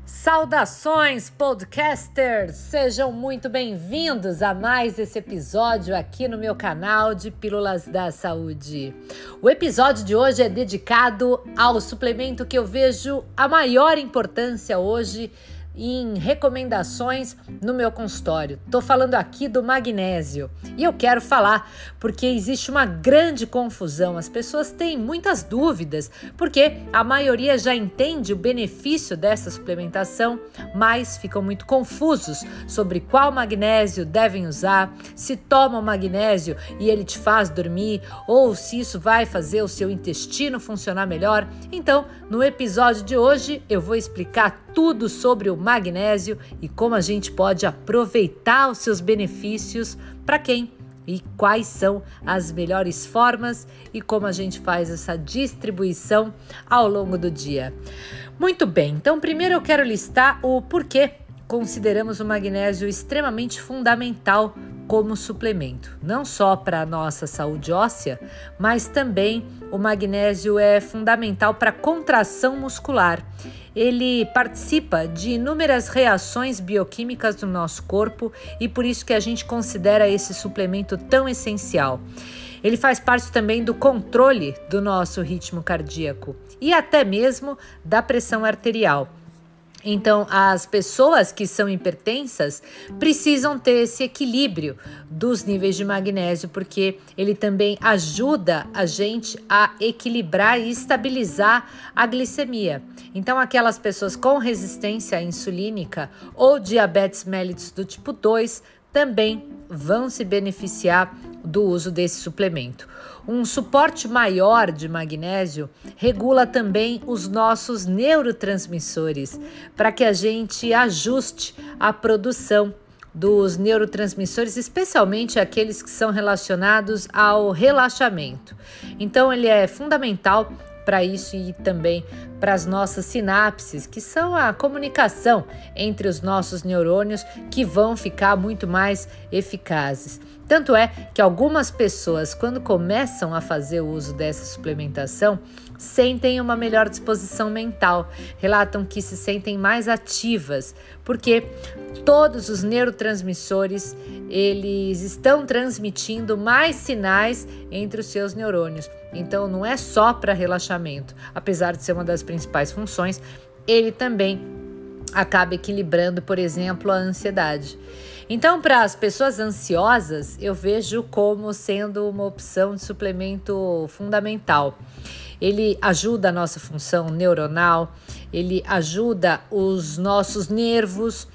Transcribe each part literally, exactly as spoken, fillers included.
Saudações, podcasters! Sejam muito bem-vindos a mais esse episódio aqui no meu canal de Pílulas da Saúde. O episódio de hoje é dedicado ao suplemento que eu vejo a maior importância hoje em recomendações no meu consultório. Estou falando aqui do magnésio e eu quero falar porque existe uma grande confusão. As pessoas têm muitas dúvidas porque a maioria já entende o benefício dessa suplementação, mas ficam muito confusos sobre qual magnésio devem usar, se tomam magnésio e ele te faz dormir ou se isso vai fazer o seu intestino funcionar melhor. Então, no episódio de hoje eu vou explicar tudo sobre o magnésio e como a gente pode aproveitar os seus benefícios para quem e quais são as melhores formas e como a gente faz essa distribuição ao longo do dia. Muito bem, então primeiro eu quero listar o porquê consideramos o magnésio extremamente fundamental como suplemento, não só para a nossa saúde óssea, mas também o magnésio é fundamental para a contração muscular. Ele participa de inúmeras reações bioquímicas do nosso corpo e por isso que a gente considera esse suplemento tão essencial. Ele faz parte também do controle do nosso ritmo cardíaco e até mesmo da pressão arterial. Então, as pessoas que são hipertensas precisam ter esse equilíbrio dos níveis de magnésio, porque ele também ajuda a gente a equilibrar e estabilizar a glicemia. Então, aquelas pessoas com resistência insulínica ou diabetes mellitus do tipo dois também vão se beneficiar do uso desse suplemento. Um suporte maior de magnésio regula também os nossos neurotransmissores, para que a gente ajuste a produção dos neurotransmissores, especialmente aqueles que são relacionados ao relaxamento. Então, ele é fundamental para isso e também para as nossas sinapses, que são a comunicação entre os nossos neurônios, que vão ficar muito mais eficazes. Tanto é que algumas pessoas, quando começam a fazer o uso dessa suplementação, sentem uma melhor disposição mental, relatam que se sentem mais ativas, porque todos os neurotransmissores, eles estão transmitindo mais sinais entre os seus neurônios. Então, não é só para relaxamento, apesar de ser uma das principais funções, ele também acaba equilibrando, por exemplo, a ansiedade. Então, para as pessoas ansiosas, eu vejo como sendo uma opção de suplemento fundamental. Ele ajuda a nossa função neuronal, ele ajuda os nossos nervos,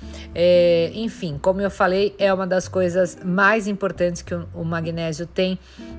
é, enfim, como eu falei, é uma das coisas mais importantes que o, o magnésio tem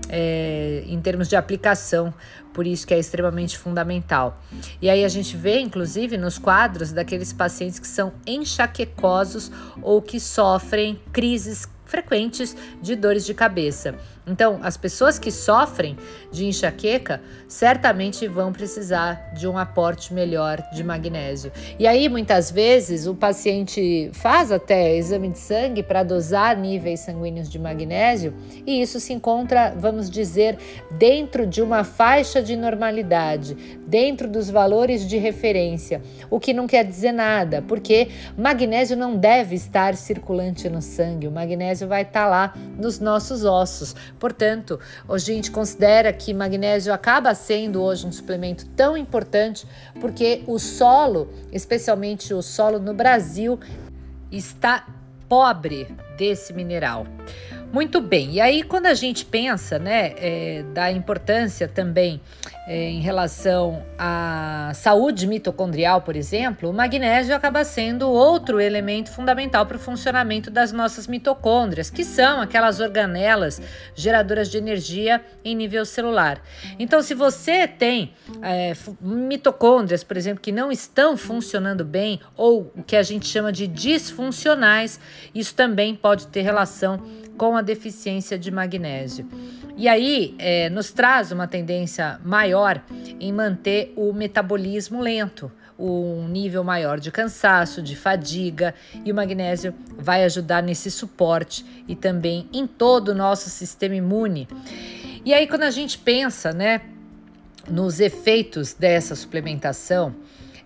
é, em termos de aplicação, por isso que é extremamente fundamental. E aí a gente vê, inclusive, nos quadros daqueles pacientes que são enxaquecosos ou que sofrem crises frequentes de dores de cabeça. Então, as pessoas que sofrem de enxaqueca certamente vão precisar de um aporte melhor de magnésio. E aí, muitas vezes, o paciente faz até exame de sangue para dosar níveis sanguíneos de magnésio e isso se encontra, vamos dizer, dentro de uma faixa de normalidade, dentro dos valores de referência, o que não quer dizer nada, porque magnésio não deve estar circulante no sangue, o magnésio vai estar lá nos nossos ossos. Portanto, a gente considera que magnésio acaba sendo hoje um suplemento tão importante porque o solo, especialmente o solo no Brasil, está pobre desse mineral. Muito bem, e aí quando a gente pensa, né, é, da importância também é, em relação à saúde mitocondrial, por exemplo, o magnésio acaba sendo outro elemento fundamental para o funcionamento das nossas mitocôndrias, que são aquelas organelas geradoras de energia em nível celular. Então, se você tem é, mitocôndrias, por exemplo, que não estão funcionando bem ou o que a gente chama de disfuncionais, isso também pode ter relação com a deficiência de magnésio. E aí, é, nos traz uma tendência maior em manter o metabolismo lento, um nível maior de cansaço, de fadiga, e o magnésio vai ajudar nesse suporte e também em todo o nosso sistema imune. E aí, quando a gente pensa, né, nos efeitos dessa suplementação,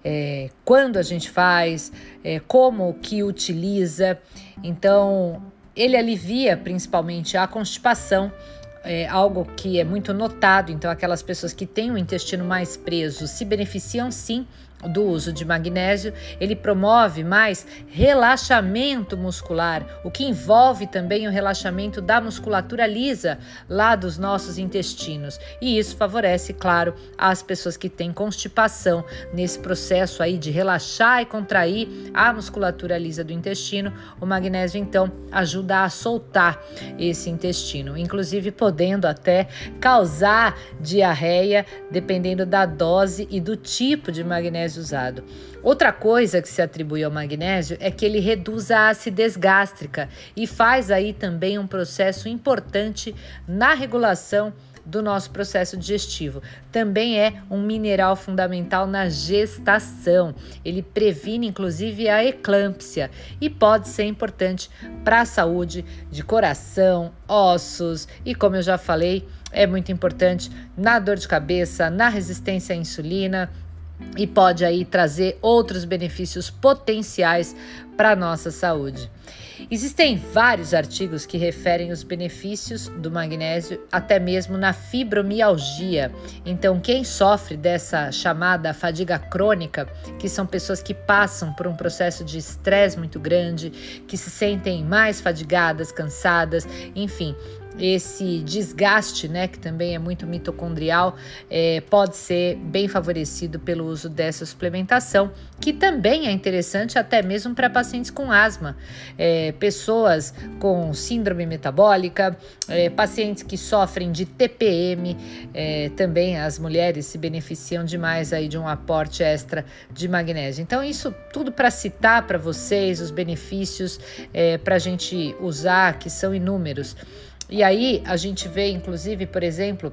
é, quando a gente faz, é, como que utiliza. Então, ele alivia principalmente a constipação, é algo que é muito notado. Então, aquelas pessoas que têm o intestino mais preso se beneficiam sim do uso de magnésio. Ele promove mais relaxamento muscular, o que envolve também o relaxamento da musculatura lisa lá dos nossos intestinos. E isso favorece, claro, as pessoas que têm constipação nesse processo aí de relaxar e contrair a musculatura lisa do intestino. O magnésio, então, ajuda a soltar esse intestino, inclusive podendo até causar diarreia, dependendo da dose e do tipo de magnésio usado. Outra coisa que se atribui ao magnésio é que ele reduz a acidez gástrica e faz aí também um processo importante na regulação do nosso processo digestivo. Também é um mineral fundamental na gestação. Ele previne inclusive a eclâmpsia e pode ser importante para a saúde de coração, ossos e, como eu já falei, é muito importante na dor de cabeça, na resistência à insulina, e pode aí trazer outros benefícios potenciais para a nossa saúde. Existem vários artigos que referem os benefícios do magnésio, até mesmo na fibromialgia. Então, quem sofre dessa chamada fadiga crônica, que são pessoas que passam por um processo de estresse muito grande, que se sentem mais fadigadas, cansadas, enfim, esse desgaste, né, que também é muito mitocondrial, é, pode ser bem favorecido pelo uso dessa suplementação, que também é interessante até mesmo para pacientes com asma, é, pessoas com síndrome metabólica, é, pacientes que sofrem de T P M, é, também as mulheres se beneficiam demais aí de um aporte extra de magnésio. Então, isso tudo para citar para vocês os benefícios, é, para a gente usar, que são inúmeros. E aí a gente vê, inclusive, por exemplo,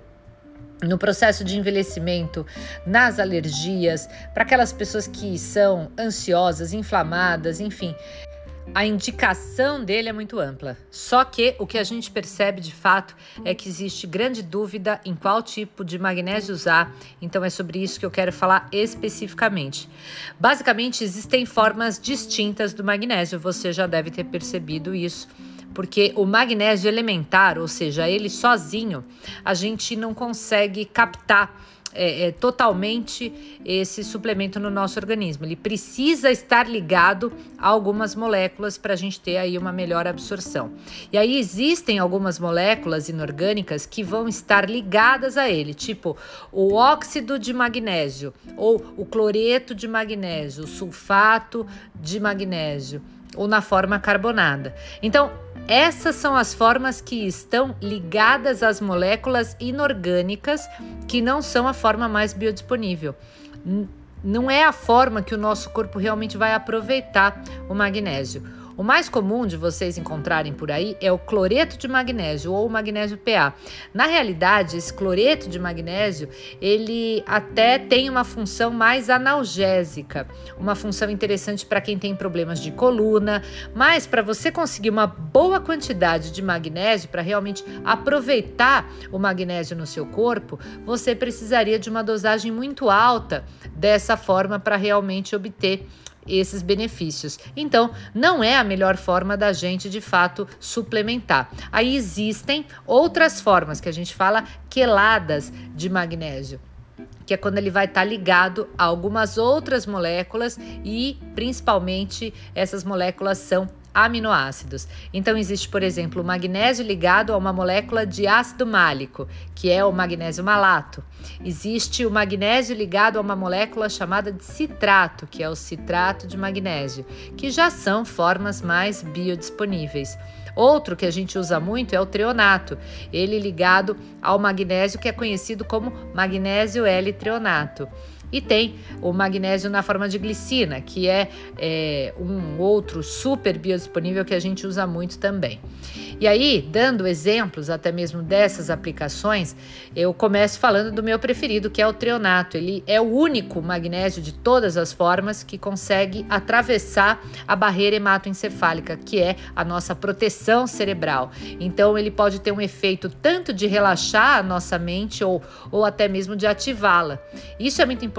no processo de envelhecimento, nas alergias, para aquelas pessoas que são ansiosas, inflamadas, enfim, a indicação dele é muito ampla. Só que o que a gente percebe de fato é que existe grande dúvida em qual tipo de magnésio usar. Então é sobre isso que eu quero falar especificamente. Basicamente, existem formas distintas do magnésio, você já deve ter percebido isso. Porque o magnésio elementar, ou seja, ele sozinho, a gente não consegue captar é, é, totalmente esse suplemento no nosso organismo. Ele precisa estar ligado a algumas moléculas para a gente ter aí uma melhor absorção. E aí existem algumas moléculas inorgânicas que vão estar ligadas a ele, tipo o óxido de magnésio, ou o cloreto de magnésio, o sulfato de magnésio, ou na forma carbonada. Então, essas são as formas que estão ligadas às moléculas inorgânicas, que não são a forma mais biodisponível. Não é a forma que o nosso corpo realmente vai aproveitar o magnésio. O mais comum de vocês encontrarem por aí é o cloreto de magnésio ou o magnésio P A. Na realidade, esse cloreto de magnésio, ele até tem uma função mais analgésica, uma função interessante para quem tem problemas de coluna, mas para você conseguir uma boa quantidade de magnésio, para realmente aproveitar o magnésio no seu corpo, você precisaria de uma dosagem muito alta dessa forma para realmente obter esses benefícios. Então, não é a melhor forma da gente, de fato, suplementar. Aí existem outras formas que a gente fala queladas de magnésio, que é quando ele vai estar ligado a algumas outras moléculas e, principalmente, essas moléculas são aminoácidos. Então existe, por exemplo, o magnésio ligado a uma molécula de ácido málico, que é o magnésio malato. Existe o magnésio ligado a uma molécula chamada de citrato, que é o citrato de magnésio, que já são formas mais biodisponíveis. Outro que a gente usa muito é o treonato, ele ligado ao magnésio que é conhecido como magnésio L-treonato. E tem o magnésio na forma de glicina, que é, é um outro super biodisponível que a gente usa muito também. E aí, dando exemplos até mesmo dessas aplicações, eu começo falando do meu preferido, que é o treonato. Ele é o único magnésio de todas as formas que consegue atravessar a barreira hematoencefálica, que é a nossa proteção cerebral. Então, ele pode ter um efeito tanto de relaxar a nossa mente ou, ou até mesmo de ativá-la. Isso é muito importante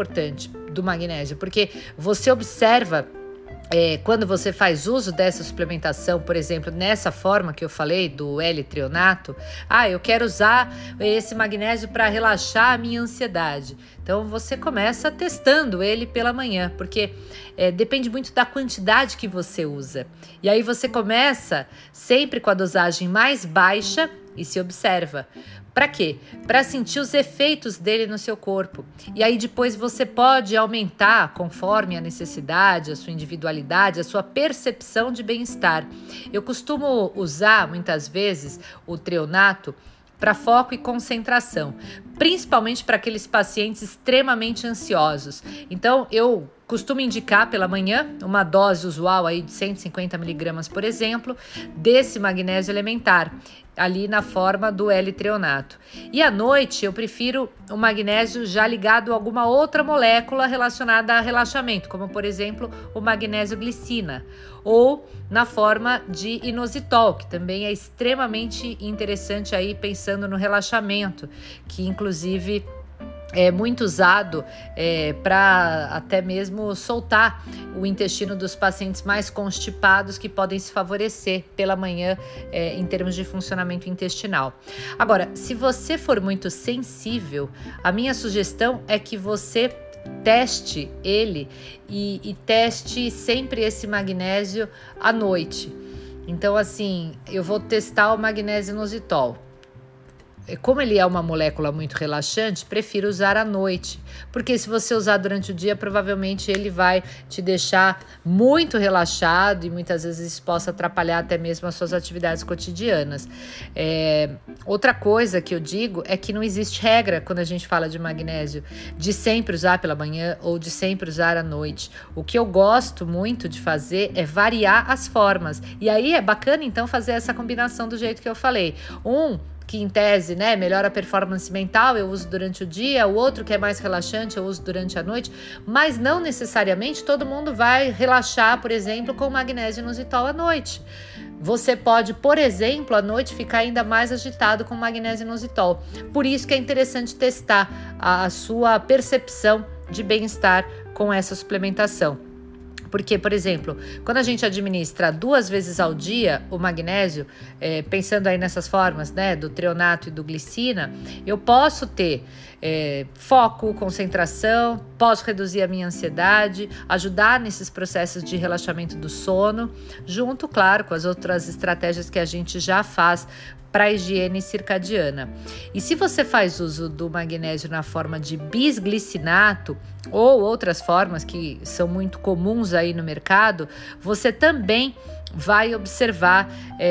importante do magnésio, porque você observa É, quando você faz uso dessa suplementação, por exemplo, nessa forma que eu falei do L-treonato, ah, eu quero usar esse magnésio para relaxar a minha ansiedade. Então você começa testando ele pela manhã, porque é, depende muito da quantidade que você usa. E aí você começa sempre com a dosagem mais baixa e se observa. Para quê? Para sentir os efeitos dele no seu corpo. E aí depois você pode aumentar conforme a necessidade, a sua individualidade, a sua percepção de bem-estar. Eu costumo usar muitas vezes o treonato para foco e concentração, principalmente para aqueles pacientes extremamente ansiosos. Então eu costumo indicar pela manhã uma dose usual aí de cento e cinquenta miligramas, por exemplo, desse magnésio elementar, ali na forma do L-treonato. E à noite eu prefiro o magnésio já ligado a alguma outra molécula relacionada a relaxamento, como por exemplo o magnésio glicina, ou na forma de inositol, que também é extremamente interessante aí pensando no relaxamento, que inclusive é muito usado é, para até mesmo soltar o intestino dos pacientes mais constipados, que podem se favorecer pela manhã é, em termos de funcionamento intestinal. Agora, se você for muito sensível, a minha sugestão é que você teste ele e, e teste sempre esse magnésio à noite. Então, assim, eu vou testar o magnésio inositol. Como ele é uma molécula muito relaxante, prefiro usar à noite, porque se você usar durante o dia, provavelmente ele vai te deixar muito relaxado e muitas vezes isso possa atrapalhar até mesmo as suas atividades cotidianas. É, outra coisa que eu digo é que não existe regra quando a gente fala de magnésio, de sempre usar pela manhã ou de sempre usar à noite. O que eu gosto muito de fazer é variar as formas, e aí é bacana então fazer essa combinação do jeito que eu falei. Um que em tese, né, melhora a performance mental, eu uso durante o dia, o outro que é mais relaxante, eu uso durante a noite, mas não necessariamente todo mundo vai relaxar, por exemplo, com magnésio inositol à noite. Você pode, por exemplo, à noite ficar ainda mais agitado com magnésio inositol. Por isso que é interessante testar a, a sua percepção de bem-estar com essa suplementação. Porque, por exemplo, quando a gente administra duas vezes ao dia o magnésio, é, pensando aí nessas formas, né, do treonato e do glicina, eu posso ter é, foco, concentração, posso reduzir a minha ansiedade, ajudar nesses processos de relaxamento do sono, junto, claro, com as outras estratégias que a gente já faz para a higiene circadiana. E se você faz uso do magnésio na forma de bisglicinato ou outras formas que são muito comuns aí no mercado, você também vai observar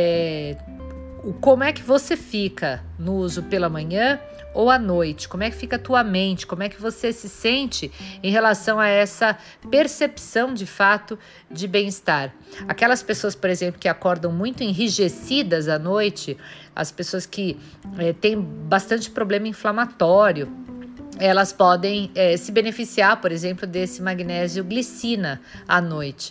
é, o, como é que você fica no uso pela manhã ou à noite, como é que fica a tua mente, como é que você se sente em relação a essa percepção de fato de bem-estar. Aquelas pessoas, por exemplo, que acordam muito enrijecidas à noite, as pessoas que é, têm bastante problema inflamatório, elas podem é, se beneficiar, por exemplo, desse magnésio glicina à noite.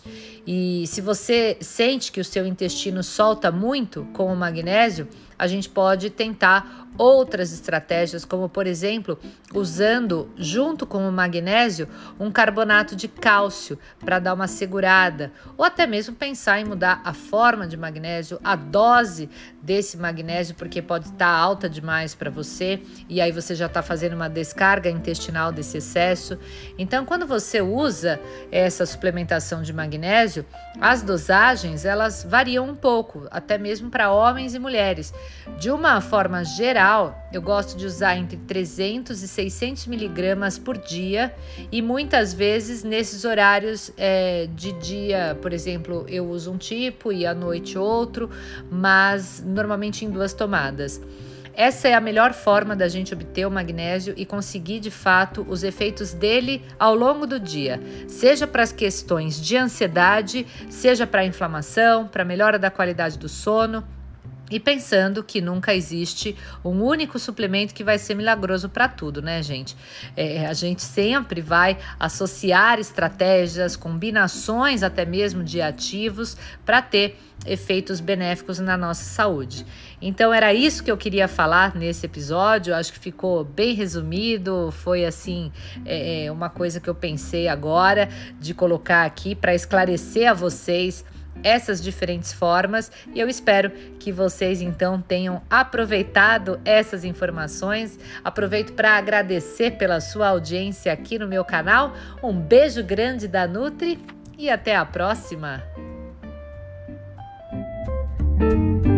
E se você sente que o seu intestino solta muito com o magnésio, a gente pode tentar outras estratégias, como por exemplo, usando junto com o magnésio um carbonato de cálcio para dar uma segurada, ou até mesmo pensar em mudar a forma de magnésio, a dose desse magnésio, porque pode estar alta demais para você e aí você já está fazendo uma descarga intestinal desse excesso. Então, quando você usa essa suplementação de magnésio, as dosagens elas variam um pouco, até mesmo para homens e mulheres. De uma forma geral, eu gosto de usar entre trezentos e seiscentos miligramas por dia e muitas vezes nesses horários é, de dia, por exemplo, eu uso um tipo e à noite outro, mas normalmente em duas tomadas. Essa é a melhor forma da gente obter o magnésio e conseguir de fato os efeitos dele ao longo do dia, seja para as questões de ansiedade, seja para a inflamação, para a melhora da qualidade do sono. E pensando que nunca existe um único suplemento que vai ser milagroso para tudo, né, gente? É, a gente sempre vai associar estratégias, combinações até mesmo de ativos para ter efeitos benéficos na nossa saúde. Então era isso que eu queria falar nesse episódio. Acho que ficou bem resumido. Foi assim, é, uma coisa que eu pensei agora de colocar aqui para esclarecer a vocês essas diferentes formas, e eu espero que vocês então tenham aproveitado essas informações. Aproveito para agradecer pela sua audiência aqui no meu canal. Um beijo grande da Nutri e até a próxima!